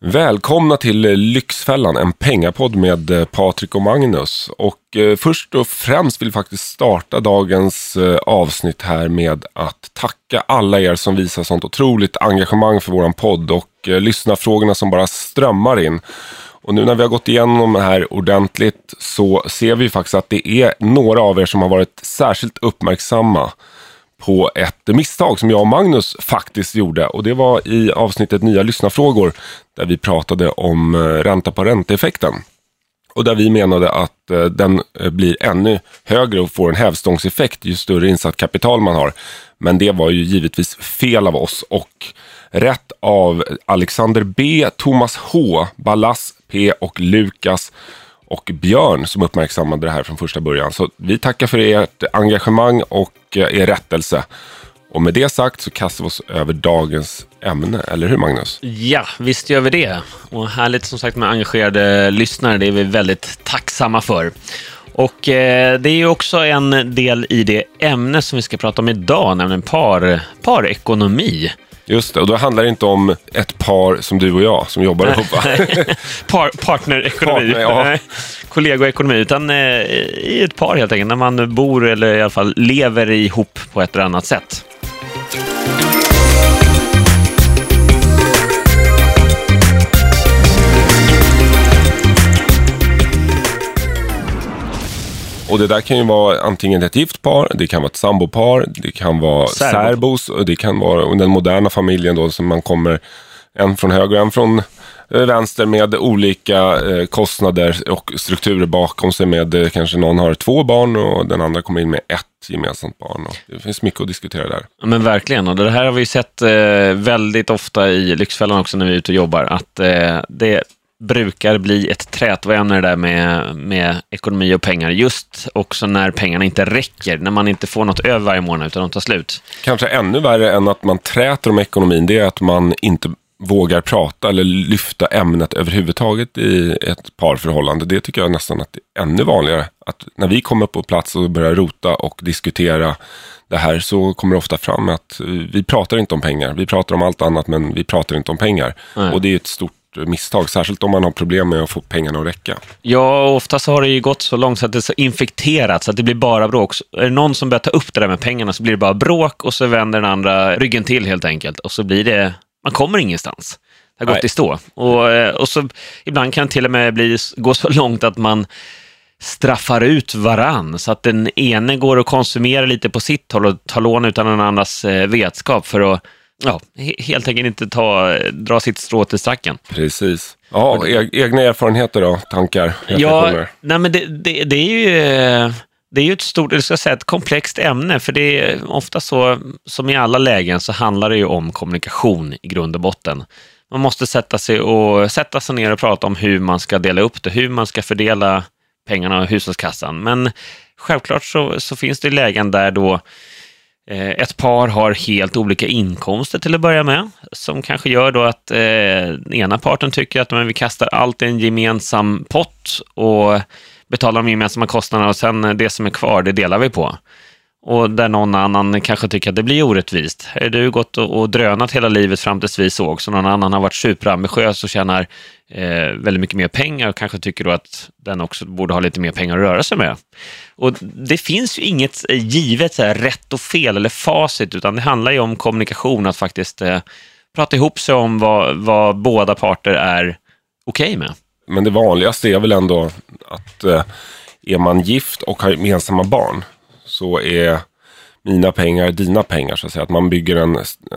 Välkomna till Lyxfällan, en pengapodd med Patrik och Magnus. Och först och främst vill vi faktiskt starta dagens avsnitt här med att tacka alla er som visar sånt otroligt engagemang för våran podd och lyssna frågorna som bara strömmar in. Och nu när vi har gått igenom det här ordentligt så ser vi faktiskt att det är några av er som har varit särskilt uppmärksamma på ett misstag som jag och Magnus faktiskt gjorde. Och det var i avsnittet Nya lyssnarfrågor där vi pratade om ränta på ränteeffekten. Och där vi menade att den blir ännu högre och får en hävstångseffekt ju större insatt kapital man har. Men det var ju givetvis fel av oss och rätt av Alexander B, Thomas H, Ballas P och Lukas och Björn som uppmärksammade det här från första början. Så vi tackar för ert engagemang och er rättelse. Och med det sagt så kastar vi oss över dagens ämne, eller hur Magnus? Ja, visst gör vi det. Och härligt som sagt med engagerade lyssnare, det är vi väldigt tacksamma för. Och det är ju också en del i det ämne som vi ska prata om idag, nämligen parekonomi. Just det, och då handlar det inte om ett par som du och jag som jobbar ihop. Partnerekonomi, ja. Kollegoekonomi, utan i ett par helt enkelt, när man bor eller i alla fall lever ihop på ett eller annat sätt. Och det där kan ju vara antingen ett gift par, det kan vara ett sambopar, det kan vara särbos och det kan vara den moderna familjen då som man kommer en från höger och en från vänster med olika kostnader och strukturer bakom sig med kanske någon har 2 barn och den andra kommer in med 1 gemensamt barn. Och det finns mycket att diskutera där. Ja, men verkligen, och det här har vi sett väldigt ofta i Lyxfällan också när vi är ute och jobbar, att det brukar bli ett trätoämne där med ekonomi och pengar, just också när pengarna inte räcker, när man inte får något över varje månad utan de tar slut. Kanske ännu värre än att man träter om ekonomin, det är att man inte vågar prata eller lyfta ämnet överhuvudtaget i ett parförhållande. Det tycker jag nästan att det är ännu vanligare. Att när vi kommer på plats och börjar rota och diskutera det här så kommer det ofta fram att vi pratar inte om pengar. Vi pratar om allt annat men vi pratar inte om pengar. Nej. Och det är ett stort misstag, särskilt om man har problem med att få pengarna att räcka. Ja, ofta så har det ju gått så långt så att det är så infekterat så att det blir bara bråk. Är det någon som börjar ta upp det där med pengarna så blir det bara bråk och så vänder den andra ryggen till helt enkelt. Och så blir det, man kommer ingenstans. Det har gått i stå. Och så ibland kan det till och med gå så långt att man straffar ut varann så att den ene går och konsumerar lite på sitt håll och tar lån utan den andras vetskap för att helt enkelt inte dra sitt strå till stacken. Precis. Ja, egna erfarenheter då, tankar? Ja, nej men det är ju ett stort, jag ska säga ett komplext ämne, för det är ofta så, som i alla lägen så handlar det ju om kommunikation i grund och botten. Man måste sätta sig ner och prata om hur man ska dela upp det, hur man ska fördela pengarna och hushållskassan. Men självklart så finns det lägen där då ett par har helt olika inkomster till att börja med, som kanske gör då att ena parten tycker att vi kastar allt i en gemensam pott och betalar de gemensamma kostnaderna och sen det som är kvar, det delar vi på. Och där någon annan kanske tycker att det blir orättvist. Har du gått och drönat hela livet fram tills vi såg, så någon annan har varit superambitiös och tjänar väldigt mycket mer pengar och kanske tycker då att den också borde ha lite mer pengar att röra sig med. Och det finns ju inget givet så här, rätt och fel eller facit, utan det handlar ju om kommunikation, att faktiskt prata ihop sig om vad båda parter är okej med. Men det vanligaste är väl ändå att är man gift och har gemensamma barn så är mina pengar dina pengar, så att säga. Att man bygger en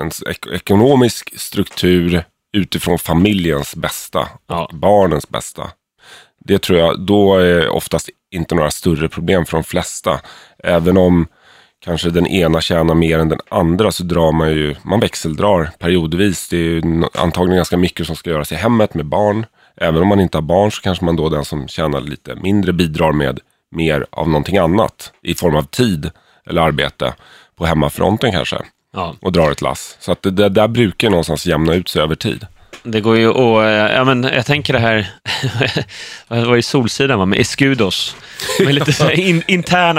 ekonomisk struktur utifrån familjens bästa och barnens bästa. Det tror jag, då är oftast inte några större problem för de flesta. Även om kanske den ena tjänar mer än den andra så drar man växeldrar periodvis. Det är ju antagligen ganska mycket som ska göras i hemmet med barn. Även om man inte har barn så kanske man då, den som tjänar lite mindre, bidrar med mer av någonting annat i form av tid eller arbete på hemmafronten kanske. Ja. Och drar ett lass. Så att det där brukar någonstans jämna ut sig över tid. Det går ju jag tänker det här vad var det Solsidan var med Escudos. Med lite så här interna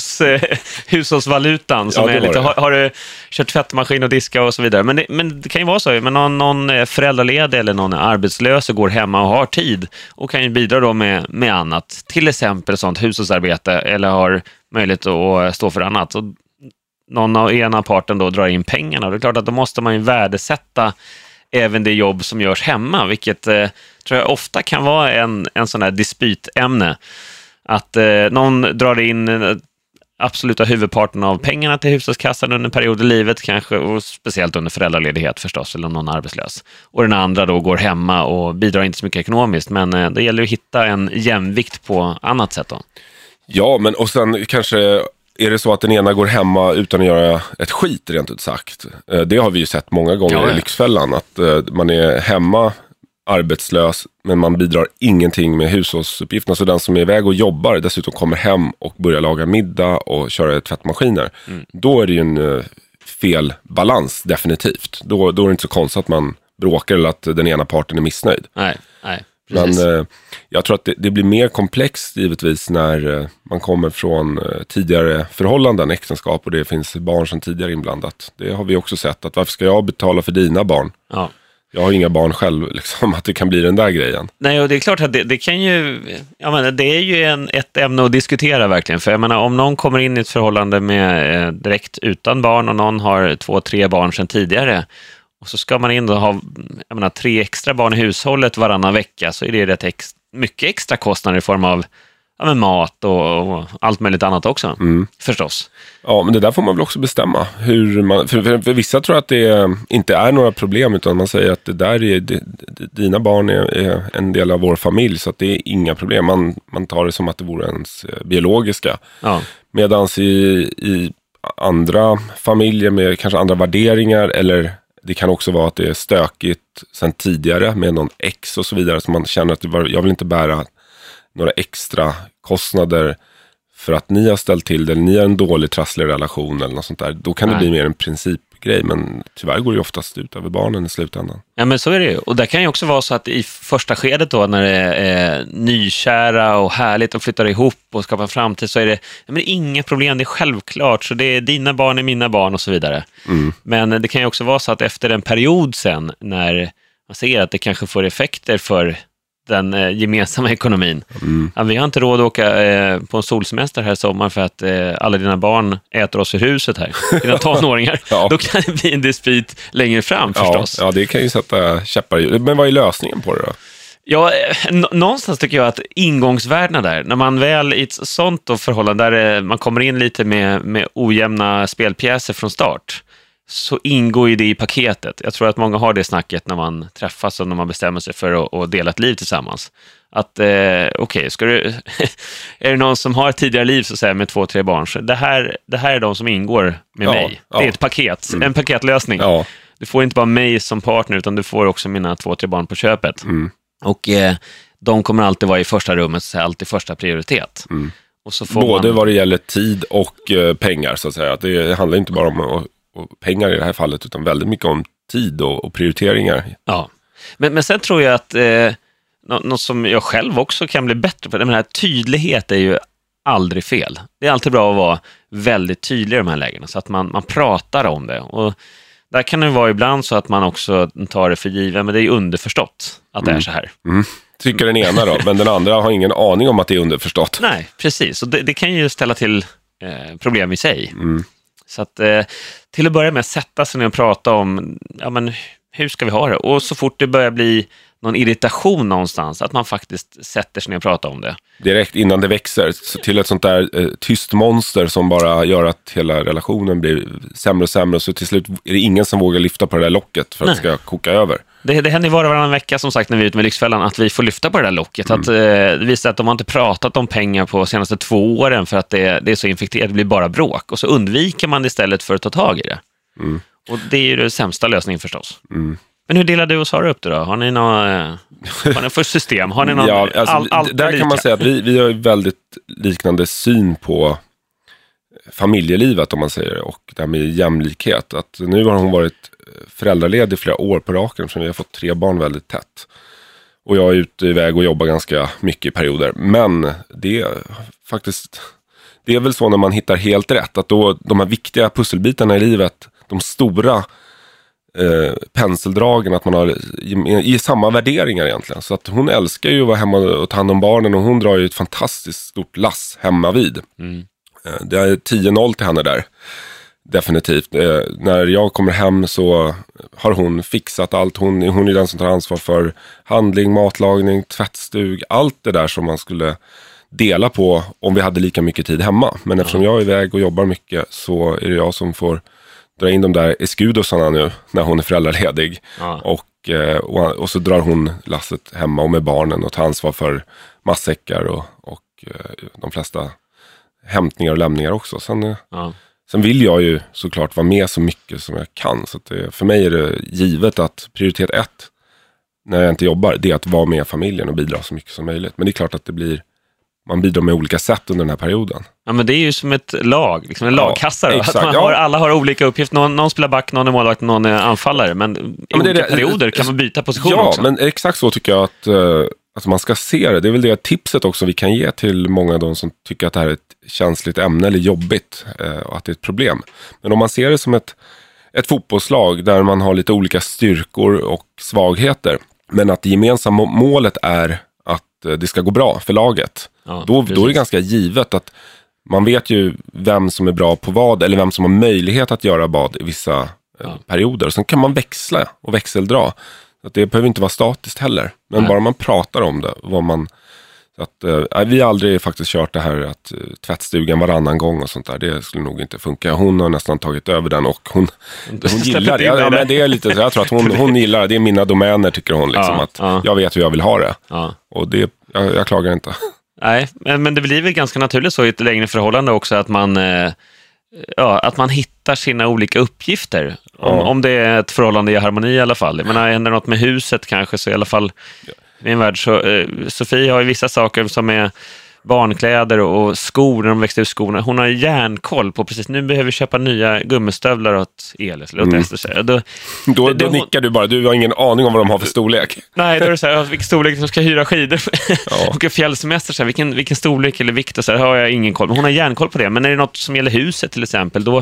hushållsvalutan som är lite, har du kört tvättmaskin och diska och så vidare. Men det kan ju vara så, men någon föräldraledig eller någon är arbetslös och går hemma och har tid och kan ju bidra då med annat, till exempel sånt hushållsarbete, eller har möjlighet att stå för annat. Och någon av ena parten då drar in pengarna, och det är klart att då måste man ju värdesätta även det jobb som görs hemma, vilket tror jag ofta kan vara en sån här dispytämne. Att någon drar in absoluta huvudparten av pengarna till hushållskassan under en period i livet kanske, och speciellt under föräldraledighet förstås, eller om någon är arbetslös. Och den andra då går hemma och bidrar inte så mycket ekonomiskt, men det gäller att hitta en jämvikt på annat sätt då. Ja, men och sen kanske är det så att den ena går hemma utan att göra ett skit, rent ut sagt. Det har vi ju sett många gånger i Lyxfällan, att man är hemma arbetslös, men man bidrar ingenting med hushållsuppgifterna. Så den som är iväg och jobbar dessutom kommer hem och börjar laga middag och köra tvättmaskiner. Då är det ju en fel balans, definitivt. Då är det inte så konstigt att man bråkar eller att den ena parten är missnöjd. Nej, precis. Men jag tror att det blir mer komplext givetvis när man kommer från tidigare förhållanden, äktenskap, och det finns barn som tidigare inblandat. Det har vi också sett, att varför ska jag betala för dina barn? Ja. Jag har inga barn själv, liksom, att det kan bli den där grejen. Nej, och det är klart att det kan ju, jag menar, det är ju ett ämne att diskutera verkligen. För jag menar, om någon kommer in i ett förhållande med direkt utan barn och någon har 2-3 barn sedan tidigare, och så ska man in och ha 3 extra barn i hushållet varannan vecka, så är det rätt mycket extra kostnader i form av mat och allt möjligt annat också, förstås. Ja, men det där får man väl också bestämma. Hur man, för vissa tror att det inte är några problem, utan man säger att det där är dina barn är en del av vår familj, så att det är inga problem. Man tar det som att det vore ens biologiska. Ja. Medans i andra familjer med kanske andra värderingar, eller det kan också vara att det är stökigt sedan tidigare med någon ex och så vidare, så man känner att jag vill inte bära några extra kostnader för att ni har ställt till det, eller ni har en dålig trasslig relation eller något sånt där. Då kan det bli mer en principgrej, men tyvärr går det ju oftast ut över barnen i slutändan. Ja, men så är det ju. Och det kan ju också vara så att i första skedet då, när det är nykära och härligt och flyttar ihop och skapar en framtid, så är det inga problem, det är självklart. Så det är dina barn är mina barn och så vidare. Men det kan ju också vara så att efter en period sen, när man ser att det kanske får effekter för den gemensamma ekonomin. Ja, vi har inte råd att åka på en solsemester här i sommar för att alla dina barn äter oss i huset här. Dina tonåringar. Då kan det bli en dispyt längre fram förstås. Ja, det kan ju sätta käppar i. Men vad är lösningen på det då? Ja, någonstans tycker jag att ingångsvärdena där, när man väl i ett sånt då förhållande där man kommer in lite med ojämna spelpjäser från start, så ingår ju det i paketet. Jag tror att många har det snacket när man träffas och när man bestämmer sig för att dela ett liv tillsammans. Att okej, ska du är det någon som har ett tidigare liv så att säga, med 2-3 barn, så det här är de som ingår med mig. Det är ett paket, en paketlösning. Du får inte bara mig som partner, utan du får också mina 2-3 barn på köpet. Och de kommer alltid vara i första rummet, så alltid första prioritet. Och så får både vad det gäller tid och pengar, så att säga. Att det handlar inte bara om och pengar i det här fallet, utan väldigt mycket om tid och prioriteringar. Ja, men sen tror jag att något som jag själv också kan bli bättre på, den här tydlighet är ju aldrig fel. Det är alltid bra att vara väldigt tydlig i de här lägena, så att man pratar om det. Och där kan det vara ibland så att man också tar det för givet, men det är underförstått att det är så här. Tycker den ena då, men den andra har ingen aning om att det är underförstått. Nej, precis. Och det kan ju ställa till problem i sig. Så att till att börja med sätta sig ner och prata om hur ska vi ha det? Och så fort det börjar bli någon irritation någonstans, att man faktiskt sätter sig ner och pratar om det. Direkt innan det växer till ett sånt där tyst monster som bara gör att hela relationen blir sämre och sämre, och så till slut är det ingen som vågar lyfta på det där locket för att det ska koka över. Det händer ju varannan vecka, som sagt, när vi är ute med Lyxfällan, att vi får lyfta på det där locket. Att det visar att de har inte pratat om pengar på de senaste 2 åren för att det är så infekterat, det blir bara bråk. Och så undviker man det istället för att ta tag i det. Och det är ju den sämsta lösningen förstås. Men hur delar du och Sara upp det då? Har ni något för system? Har ni någon, där kan man säga att vi har väldigt liknande syn på familjelivet, om man säger, och det här med jämlikhet. Att nu har hon varit föräldraledig flera år på raken, för vi har fått 3 barn väldigt tätt. Och jag är ute iväg och jobbar ganska mycket i perioder. Men det är faktiskt... Det är väl så när man hittar helt rätt. Att då de här viktiga pusselbitarna i livet, de stora penseldragen, att man har i samma värderingar egentligen. Så att hon älskar ju att vara hemma och ta hand om barnen, och hon drar ju ett fantastiskt stort lass hemma vid. Det är 10-0 till henne där. Definitivt. När jag kommer hem så har hon fixat allt. Hon är den som tar ansvar för handling, matlagning, tvättstug, allt det där som man skulle dela på om vi hade lika mycket tid hemma. Men eftersom jag är iväg och jobbar mycket, så är det jag som får dra in de där eskudosarna nu när hon är föräldraledig. Och så drar hon lasset hemma och med barnen och tar ansvar för matsäckar och de flesta hämtningar och lämningar också. Sen vill jag ju såklart vara med så mycket som jag kan. Så att för mig är det givet att prioritet 1 när jag inte jobbar, det är att vara med familjen och bidra så mycket som möjligt. Men det är klart att man bidrar med olika sätt under den här perioden. Ja, men det är ju som ett lag, liksom en lagkassa. Exakt, att alla har olika uppgifter. Någon spelar back, någon är målvakt, någon är anfallare. Men i olika perioder kan man byta position också. Ja, men exakt så tycker jag att man ska se det. Det är väl det tipset också vi kan ge till många av de som tycker att det här är ett känsligt ämne eller jobbigt och att det är ett problem. Men om man ser det som ett fotbollslag där man har lite olika styrkor och svagheter, men att det gemensamma målet är att det ska gå bra för laget, då är det ganska givet att man vet ju vem som är bra på vad, eller vem som har möjlighet att göra vad i vissa perioder. Sen kan man växla och växeldra. Att det behöver inte vara statiskt heller. Men bara man pratar om det. Vi har aldrig faktiskt kört det här att tvättstugan varannan gång och sånt där. Det skulle nog inte funka. Hon har nästan tagit över den och hon gillar det. Ja, men det är lite så. Jag tror att hon gillar det. Det är mina domäner, tycker hon. Liksom, jag vet hur jag vill ha det. Och det, jag klagar inte. Nej, men det blir väl ganska naturligt så i ett längre förhållande också att man hittar sina olika uppgifter. Om det är ett förhållande i harmoni i alla fall. Men händer något med huset kanske, så i alla fall i en värld så Sofie har ju vissa saker som är barnkläder och skor när de växte ut skorna. Hon har järnkoll på precis, nu behöver vi köpa nya gummistövlar åt Elis eller åt Ester. Då nickar du bara, du har ingen aning om vad de har för storlek. Nej, då är det så här, vilken storlek de ska hyra skidor och fjällsemester, så här, vilken storlek eller vikt, och så här, har jag ingen koll. Men hon har järnkoll på det. Men är det något som gäller huset till exempel, då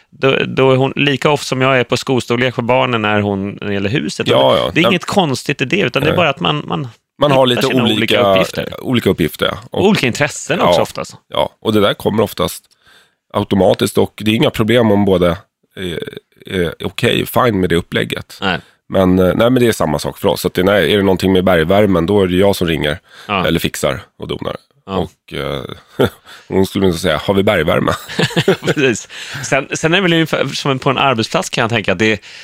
är hon lika ofta som jag är på skostorlek för barnen när hon gäller huset. Det är inget konstigt i det, utan det är bara att man har lite olika uppgifter. Och olika intressen också oftast. Ja, och det där kommer oftast automatiskt, och det är inga problem om båda är okej, fine med det upplägget. Nej. Men det är samma sak för oss. Så att är det någonting med bergvärmen, då är det jag som ringer eller fixar och donar. Och hon skulle inte säga, har vi bergvärme? Precis. Sen är det väl ungefär som på en arbetsplats, kan jag tänka att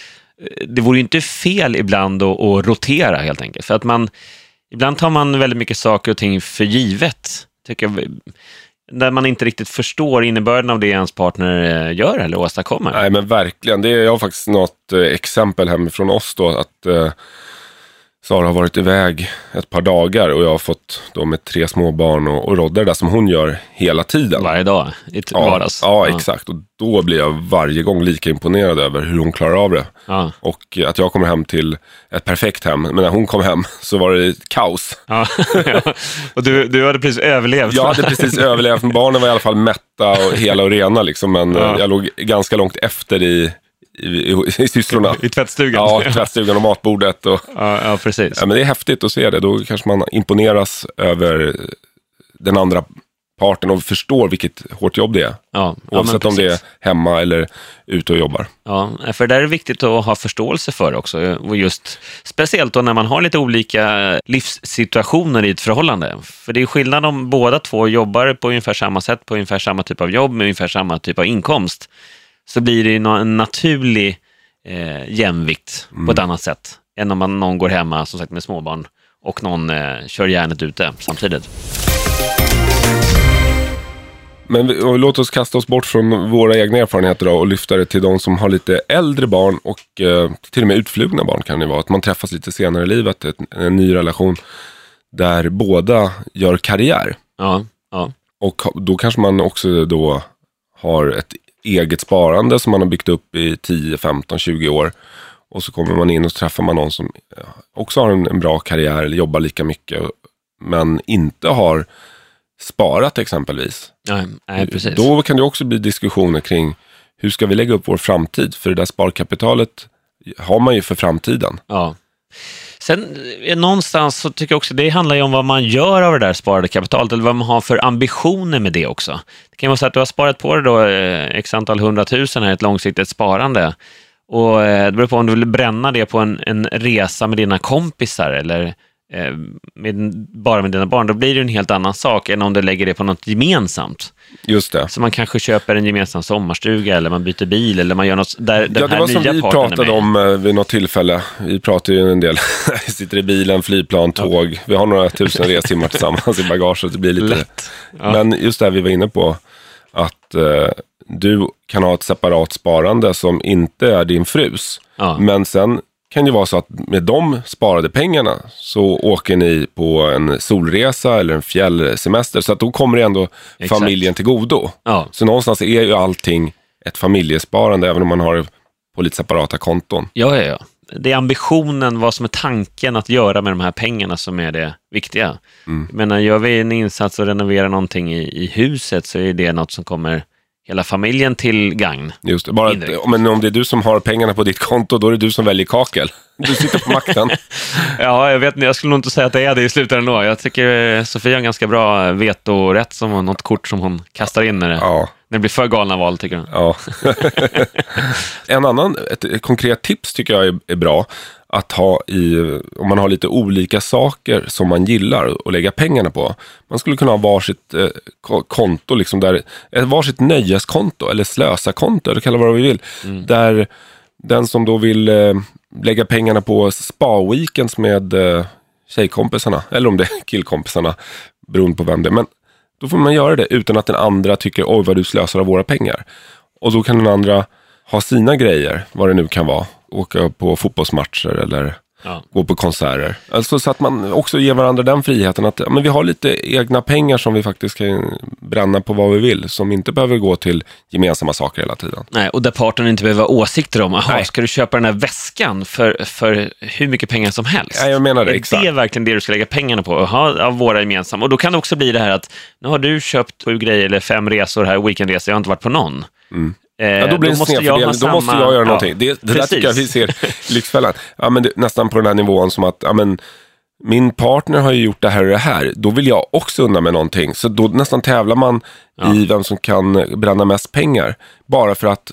det vore ju inte fel ibland att rotera helt enkelt. För att ibland tar man väldigt mycket saker och ting för givet, tycker jag, där man inte riktigt förstår innebörden av det ens partner gör eller åstadkommer. Nej, men verkligen. Jag har faktiskt något exempel hemifrån oss då, att Sara har varit iväg ett par dagar och jag har fått då med 3 små barn och rodda där som hon gör hela tiden. Varje dag i vardags. Ja, exakt. Och då blir jag varje gång lika imponerad över hur hon klarar av det. Ja. Och att jag kommer hem till ett perfekt hem. Men när hon kom hem så var det kaos. Ja. Och du hade precis överlevt. Jag hade precis överlevt. Barnen var i alla fall mätta och hela och rena liksom. Men jag låg ganska långt efter i sysslorna. I tvättstugan. Ja, tvättstugan och matbordet. Ja, precis. Ja, men det är häftigt att se det. Då kanske man imponeras över den andra parten och förstår vilket hårt jobb det är. Ja, oavsett om det är hemma eller ute och jobbar. Ja, för det är viktigt att ha förståelse för också. Och just speciellt då när man har lite olika livssituationer i ett förhållande. För det är skillnad om båda två jobbar på ungefär samma sätt, på ungefär samma typ av jobb med ungefär samma typ av inkomst. Så blir det en naturlig jämvikt på ett annat sätt än om någon går hemma som sagt med småbarn och någon kör järnet ute samtidigt. Men låt oss kasta oss bort från våra egna erfarenheter då och lyfta det till de som har lite äldre barn och till och med utflugna barn kan det vara. Att man träffas lite senare i livet, en ny relation där båda gör karriär. Ja. Och då kanske man också då har ett eget sparande som man har byggt upp i 10, 15, 20 år. Och så kommer man in och träffar man någon som också har en bra karriär eller jobbar lika mycket men inte har sparat exempelvis. Nej, precis. Då kan det också bli diskussioner kring hur ska vi lägga upp vår framtid? För det där sparkapitalet har man ju för framtiden. Ja. Sen någonstans så tycker jag också det handlar ju om vad man gör av det där sparade kapitalet eller vad man har för ambitioner med det också. Det kan vara så att du har sparat på det då x antal 100 000 här, ett långsiktigt sparande. Och det beror på om du vill bränna det på en resa med dina kompisar eller bara med dina barn. Då blir det en helt annan sak än om du lägger det på något gemensamt. Just det. Så man kanske köper en gemensam sommarstuga eller man byter bil eller man gör något där det var som vi pratade om vid något tillfälle. Vi pratar ju en del. Vi sitter i bilen, flygplan, tåg. Ja. Vi har några tusen restimmar tillsammans i bagaget. Det blir lite lätt. Ja. Men just det vi var inne på att du kan ha ett separat sparande som inte är din frus. Ja. Men sen kan det vara så att med de sparade pengarna så åker ni på en solresa eller en fjällsemester. Så att då kommer det ändå familjen till godo. Ja. Så någonstans är ju allting ett familjesparande även om man har det på lite separata konton. Ja. Det är ambitionen, vad som är tanken att göra med de här pengarna som är det viktiga. Men gör vi en insats och renoverar någonting i huset så är det något som kommer hela familjen till gagn. Just det, bara men om det är du som har pengarna på ditt konto, då är det du som väljer kakel. Du sitter på makten. Ja, jag vet inte, jag skulle nog inte säga att det är det i slutändan då. Jag tycker Sofia har en ganska bra vetorätt som något kort som hon kastar in när det blir för galna val, tycker hon. Ja. Ett konkret tips tycker jag är bra att ha om man har lite olika saker som man gillar att lägga pengarna på. Man skulle kunna ha varsitt konto, liksom där, varsitt nöjeskonto eller slösakonto, eller kalla vad vi vill. Där den som då vill lägga pengarna på spa-weekends med tjejkompisarna, eller om det är killkompisarna, beroende på vem det är. Men då får man göra det utan att den andra tycker, oj vad du slösar av våra pengar. Och då kan den andra ha sina grejer, vad det nu kan vara. Åka på fotbollsmatcher eller gå på konserter. Alltså så att man också ger varandra den friheten att men vi har lite egna pengar som vi faktiskt kan bränna på vad vi vill. Som inte behöver gå till gemensamma saker hela tiden. Nej, och där partnern inte behöver ha åsikter om. Ska du köpa den här väskan för hur mycket pengar som helst? Ja, jag menar det, exakt. Det är verkligen det du ska lägga pengarna på? Av våra gemensamma. Och då kan det också bli det här att nu har du köpt 7 grejer eller 5 resor här, weekendresor. Jag har inte varit på någon. Då blir det en snedfördelning. Då måste jag göra någonting. Det där tycker jag vi ser Lyxfällan. Men nästan på den här nivån som att min partner har ju gjort det här och det här. Då vill jag också unna med någonting. Så då nästan tävlar man i vem som kan bränna mest pengar. Bara för att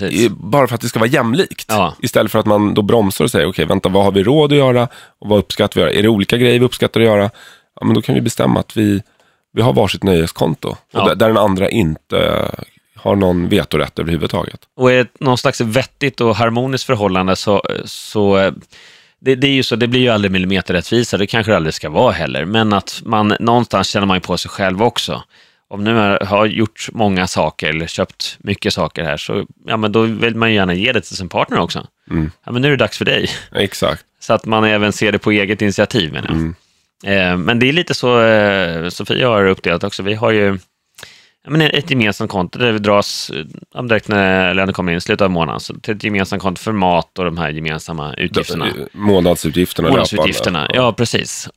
det ska vara jämlikt. Istället för att man då bromsar och säger okej, vänta, vad har vi råd att göra? Och vad uppskattar vi att göra? Är det olika grejer vi uppskattar att göra? Ja, men då kan vi bestämma att vi har varsitt nöjeskonto. Och där den andra inte har någon vetorätt överhuvudtaget. Och är det någon slags vettigt och harmoniskt förhållande så det är ju så, det blir ju aldrig millimeterrättvisa, det kanske det aldrig ska vara heller, men att man någonstans känner man ju på sig själv också. Om nu har gjort många saker eller köpt mycket saker här så men då vill man ju gärna ge det till sin partner också. Ja, men nu är det dags för dig. Exakt. Så att man även ser det på eget initiativ, menar jag. Men det är lite så Sofia har uppdelat också. Vi har ju ett gemensamt konto där vi dras direkt när lönen kommer in i slutet av månaden, så till ett gemensamt konto för mat och de här gemensamma utgifterna. Månadsutgifterna. Ja, precis.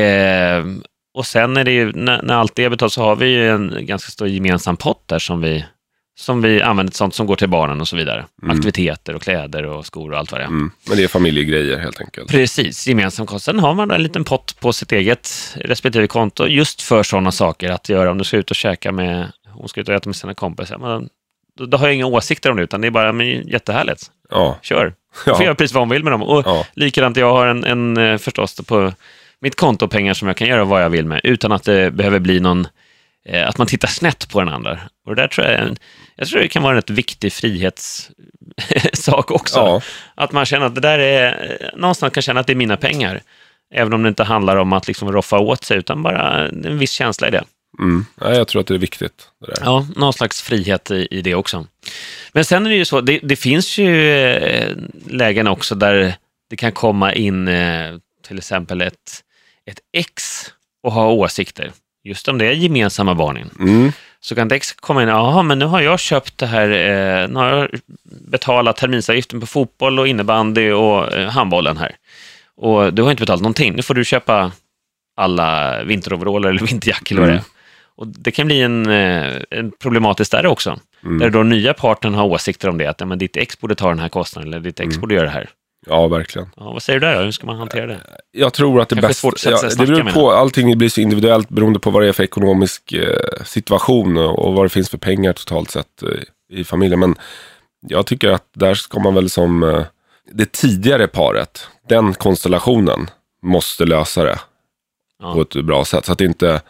Och sen är det ju, när allt det är betalt så har vi ju en ganska stor gemensam pott där som vi använder, sånt som går till barnen och så vidare. Aktiviteter och kläder och skor och allt vad det är. Men det är familjegrejer helt enkelt. Precis, gemensam konto. Sen har man en liten pott på sitt eget respektive konto just för sådana saker att göra. Om du ska ut och käka hon ska ut och äta med sina kompisar. Men då har jag inga åsikter om det, utan det är bara jättehärligt. Ja. Kör. Du får göra precis vad hon vill med dem. Och likadant, jag har en förstås på mitt konto pengar som jag kan göra vad jag vill med utan att det behöver bli någon att man tittar snett på den andra. Och där tror jag tror det kan vara en rätt viktig frihetssak också. Ja. Att man känner att det där är, någonstans kan känna att det är mina pengar. Även om det inte handlar om att liksom roffa åt sig, utan bara en viss känsla i det. Ja, jag tror att det är viktigt. Det där. Ja, någon slags frihet i det också. Men sen är det ju så, det finns ju lägen också där det kan komma in till exempel ett ex och ha åsikter. Just om det är gemensamma barnen. Så kan Dex komma in, jaha, men nu har jag köpt det här, nu har jag betalat terminsavgiften på fotboll och innebandy och handbollen här. Och du har inte betalat någonting. Nu får du köpa alla vinteroveraller eller vinterjackor eller vad det är. Och det kan bli en problematiskt där också. Där då nya partnern har åsikter om det. Att men ditt ex borde ta den här kostnaden eller ditt ex borde göra det här. Ja, verkligen. Ja, vad säger du där då? Hur ska man hantera det? Jag tror att det bästa... det beror på, allting blir så individuellt beroende på vad det är för ekonomisk situation och vad det finns för pengar totalt sett i familjen. Men jag tycker att där ska man väl som det tidigare paret, den konstellationen måste lösa det på ett bra sätt. Så att inte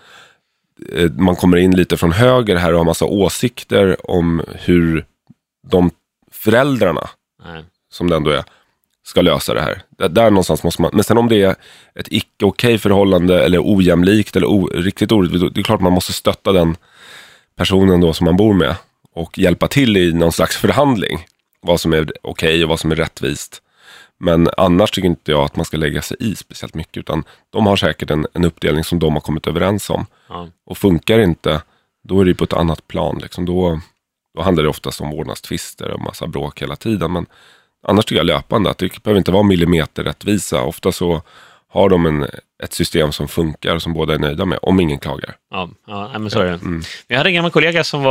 man kommer in lite från höger här och har massa åsikter om hur de föräldrarna som det ändå är ska lösa det här. Där någonstans måste man, men sen om det är ett icke-okej förhållande eller ojämlikt eller riktigt orättvist, det är klart man måste stötta den personen då som man bor med och hjälpa till i någon slags förhandling vad som är okej och vad som är rättvist. Men annars tycker inte jag att man ska lägga sig i speciellt mycket, utan de har säkert en uppdelning som de har kommit överens om. Och funkar inte, då är det på ett annat plan liksom. Då handlar det oftast om vårdnadstvister och massa bråk hela tiden, men annars tycker jag löpande att det behöver inte vara millimeter rättvisa. Ofta så har de ett system som funkar och som båda är nöjda med, om ingen klagar. Ja, men så är det. Jag hade en gammal kollega som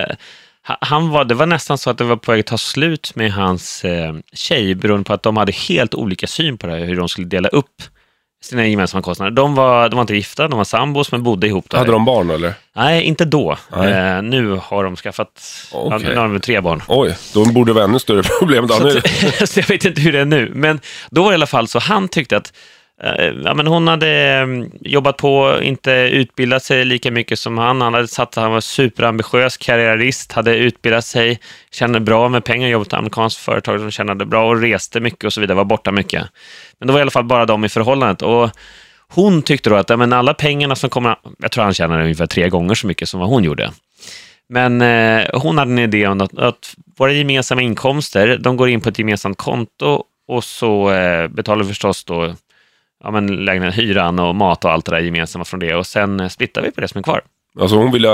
var... det var nästan så att det var på väg att ta slut med hans tjej beroende på att de hade helt olika syn på det här, hur de skulle dela upp sina gemensamma kostnader. De var inte gifta, de var sambos men bodde ihop där. Hade de barn eller? Nej, inte då. Nu har de skaffat nu har de 3 barn. Oj, då borde det vara ännu större problem då nu. Så jag vet inte hur det är nu. Men då var det i alla fall så han tyckte att men hon hade jobbat på, inte utbildat sig lika mycket som han. Han hade satt, han var superambitiös karriärist, hade utbildat sig, kände bra med pengar, jobbat på amerikanskt företag som tjänade bra och reste mycket och så vidare, var borta mycket. Men det var i alla fall bara de i förhållandet. Och hon tyckte då att men alla pengarna som kommer, jag tror han tjänade ungefär 3 gånger så mycket som vad hon gjorde. Men hon hade en idé om att våra gemensamma inkomster, de går in på ett gemensamt konto och så betalar vi förstås då lägenheten, hyran och mat och allt det där gemensamma från det. Och sen splittar vi på det som är kvar. Alltså hon ville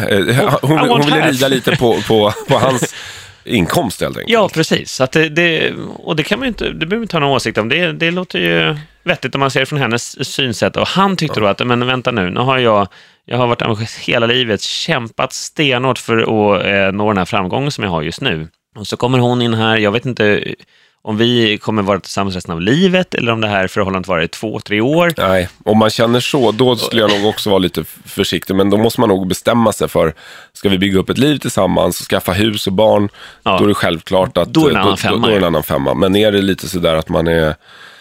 hon ville rida lite på hans inkomst helt enkelt. Ja, precis. Så att det kan man inte, det behöver inte ha någon åsikt om. Det låter ju vettigt om man ser det från hennes synsätt. Och han tyckte då att, men vänta nu har jag har varit ambitiös hela livet, kämpat stenhårt för att nå den här framgången som jag har just nu. Och så kommer hon in här, jag vet inte om vi kommer vara tillsammans resten av livet eller om det här förhållandet var i 2-3 år. Nej, om man känner så, då skulle jag nog också vara lite försiktig. Men då måste man nog bestämma sig för, ska vi bygga upp ett liv tillsammans och skaffa hus och barn, då är det självklart att då är det en annan femma. Men är det lite sådär att man är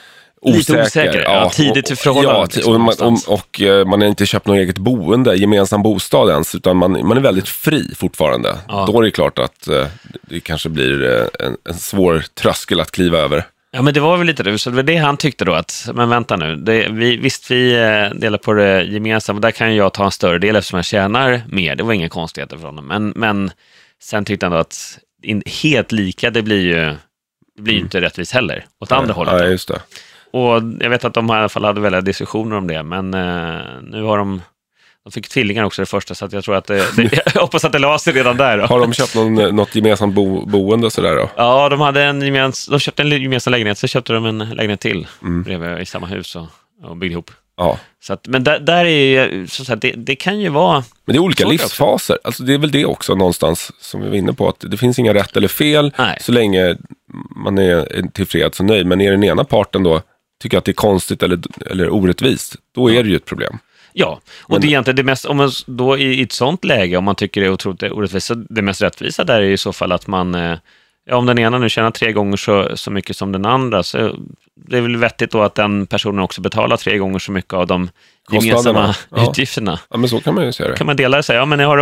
osäker. Ja, tidigt i förhållandet. Och man har inte köpt något eget boende, gemensam bostad ens, utan man är väldigt fri fortfarande. Då är det klart att det kanske blir en svår tröskel att kliva över. Ja, men det var väl lite det. Så det var det han tyckte då att, men vänta nu, vi delar på det gemensamma, där kan jag ta en större del eftersom jag tjänar mer. Det var inga konstigheter för honom. Men sen tyckte han då att helt lika, det blir ju inte rättvist heller åt andra hållet. Ja, just det. Och jag vet att de i alla fall hade väldigt diskussioner om det, men nu har de fick tvillingar också det första, så att jag tror att jag hoppas att det la sig redan där. Då. Har de köpt något gemensamt boende sådär då? Ja, de köpte en gemensam lägenhet, så köpte de en lägenhet till bredvid i samma hus och byggde ihop. Ja. Så att, men där är så att det kan ju vara... Men det är olika livsfaser. Också. Alltså det är väl det också någonstans som vi var inne på, att det finns inga rätt eller fel. Nej. Så länge man är tillfreds och nöjd. Men är den ena parten då tycker att det är konstigt eller orättvist, då är det ju ett problem. Ja, och det är egentligen det mest, om man då i ett sånt läge, om man tycker det är otroligt orättvist, så det mest rättvisa där är i så fall att man, om den ena nu tjänar 3 gånger så mycket som den andra, så det är väl vettigt då att den personen också betalar 3 gånger så mycket av de gemensamma utgifterna. Ja, men så kan man ju säga det. Kan man dela sig, men jag har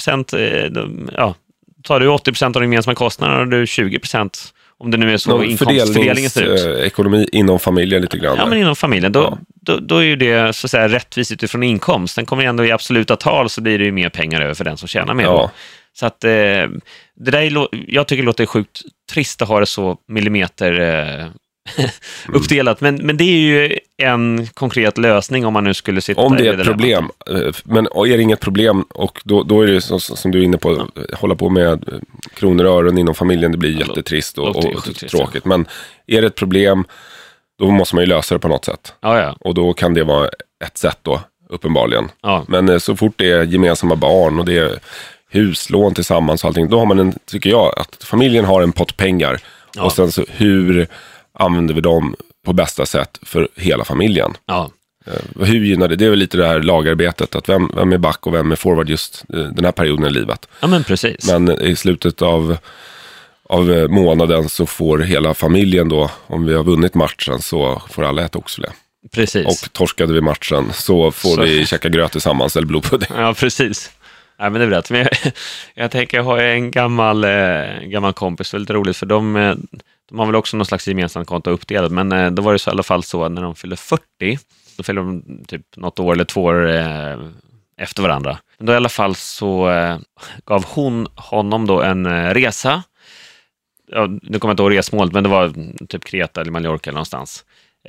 80%, tar du 80% av de gemensamma kostnaderna och du 20%. Om det nu är så inkomstfördelningen ser ut. Ekonomi inom familjen lite grann. Ja, men inom familjen. Då är ju det så att säga rättvist utifrån inkomst. Den kommer ändå i absoluta tal, så blir det ju mer pengar över för den som tjänar mer. Ja. Så att det där jag tycker det låter sjukt trist att ha det så millimeter uppdelat. Men det är ju en konkret lösning om man nu skulle sitta... Om det är ett problem, men är det inget problem och då är det som du är inne på, hålla på med kronor och öron inom familjen, det blir jättetrist och tråkigt. Men är det ett problem, då måste man ju lösa det på något sätt. Ja. Och då kan det vara ett sätt då, uppenbarligen. Ja. Men så fort det är gemensamma barn och det är huslån tillsammans och allting, då har man tycker jag, att familjen har en pott pengar. Ja. Och sen så hur använder vi dem på bästa sätt för hela familjen? Ja. Hur gynnar det? Det är väl lite det här lagarbetet, att vem är back och vem är forward just den här perioden i livet. Ja, men precis. Men i slutet av månaden så får hela familjen då, om vi har vunnit matchen så får alla äta oxfilé. Precis. Och torskade vi matchen så får vi käka gröt tillsammans eller blodpudding. Ja, precis. Nej, men det är rätt. Men jag tänker, jag har en gammal kompis, väldigt roligt, för de har väl också någon slags gemensamt konto uppdelat, men då var det så i alla fall så att när de fyllde 40, då fyllde de typ något år eller 2 år efter varandra. Men då i alla fall så gav hon honom då en resa. Ja, nu kommer jag inte ihåg resmålet, men det var typ Kreta eller Mallorca eller någonstans.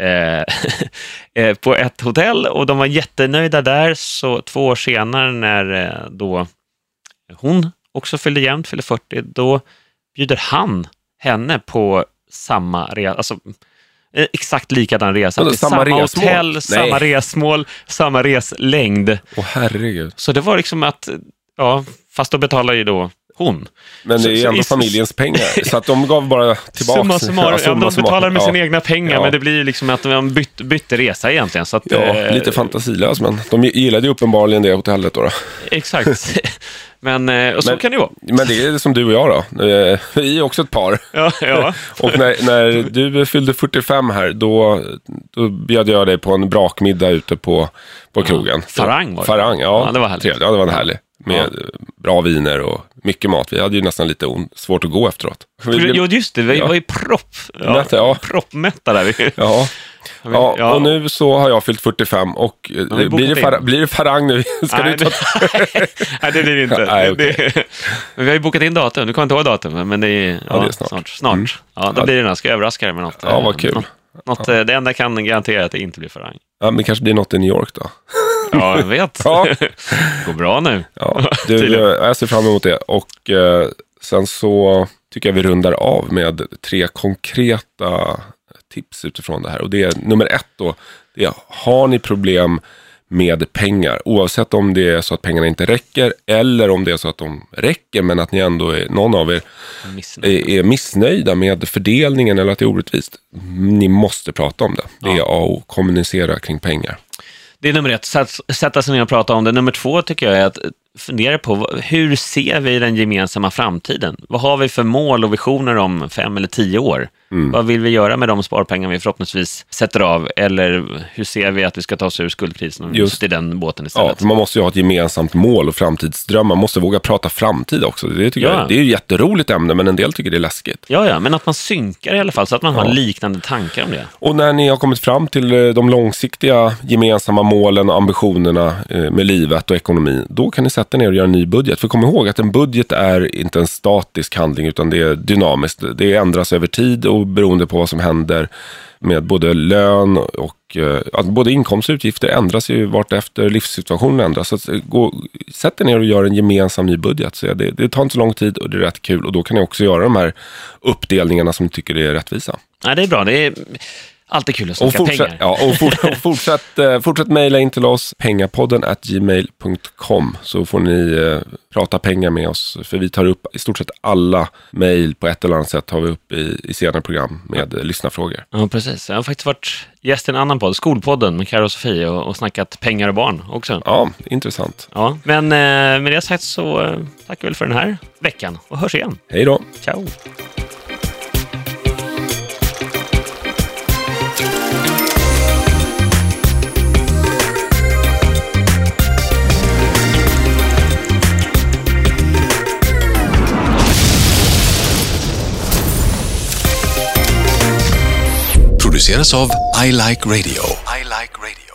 På ett hotell, och de var jättenöjda där. Så 2 år senare, när då hon också fyllde 40, då bjuder han henne på samma resa, alltså exakt likadan resa. Alltså, samma hotell, samma resmål, samma reslängd. Herregud. Så det var liksom att, ja, fast då betalar ju då hon. Men det är ju ändå familjens pengar. Så att de gav bara tillbaka. De betalar med sina egna pengar, men det blir ju liksom att de bytte resa egentligen. Så att, lite fantasilöst, men de gillade ju uppenbarligen det hotellet då. Exakt. Men så kan det vara. Men det är som du och jag då. Vi är också ett par. Ja. Och när du fyllde 45 här, då bjöd jag dig på en brakmiddag ute på krogen. Farang var det. Farang, ja. Det var härligt. Trevligt. Ja, det var en härlig. Med bra viner och mycket mat. Vi hade ju nästan lite svårt att gå efteråt. Jo, just det. Vi var ju proppmätta där. Ja, och nu så har jag fyllt 45 och blir det Farang nu? Ska Nej, du ta... Nej, det blir det inte. Nej, okay. Men vi har ju bokat in datum. Du kan inte ha datum, men det är, det är snart. Ja, då blir det något. Ska jag överraska dig med något? Ja, vad kul. Något, det enda jag kan garantera är att det inte blir Farang. Ja, men det kanske blir något i New York då. Ja, jag vet. Går bra nu. Ja, jag ser fram emot det. Och sen så tycker jag vi rundar av med 3 konkreta tips utifrån det här. Och det är nummer 1 då. Det är, har ni problem med pengar, oavsett om det är så att pengarna inte räcker eller om det är så att de räcker men att ni ändå någon av er är missnöjda med fördelningen eller att det är orättvist. Ni måste prata om det. Det är att kommunicera kring pengar. Det är nummer 1, sätta sig ner och prata om det. Nummer 2 tycker jag är att fundera på hur ser vi den gemensamma framtiden? Vad har vi för mål och visioner om 5 eller 10 år? Vad vill vi göra med de sparpengar vi förhoppningsvis sätter av? Eller hur ser vi att vi ska ta oss ur skuldkrisen just i den båten istället? Ja, man måste ju ha ett gemensamt mål och framtidsdröm. Man måste våga prata framtid också. Det tycker jag, det är ju ett jätteroligt ämne, men en del tycker det är läskigt. Ja, men att man synkar i alla fall så att man har liknande tankar om det. Och när ni har kommit fram till de långsiktiga gemensamma målen och ambitionerna med livet och ekonomi, då kan ni sätta ner och göra en ny budget. För kom ihåg att en budget är inte en statisk handling utan det är dynamiskt. Det ändras över tid och beroende på vad som händer med både lön och både inkomst och utgifter ändras ju vart efter livssituationen ändras. Så sätt er ner och gör en gemensam ny budget. Så det tar inte så lång tid och det är rätt kul. Och då kan ni också göra de här uppdelningarna som ni tycker är rättvisa. Ja, det är bra. Det är alltid kul att snacka pengar. Ja, och fortsätt mejla in till oss, pengapodden@gmail.com, så får ni prata pengar med oss. För vi tar upp i stort sett alla mejl på ett eller annat sätt, har vi upp i senare program med lyssnarfrågor. Ja, precis. Jag har faktiskt varit gäst i en annan podd, Skolpodden med Karo och Sofie, och snackat pengar och barn också. Ja, intressant. Ja, men med det sagt så tackar vi väl för den här veckan och hörs igen. Hej då. Ciao. Produceras av I Like Radio.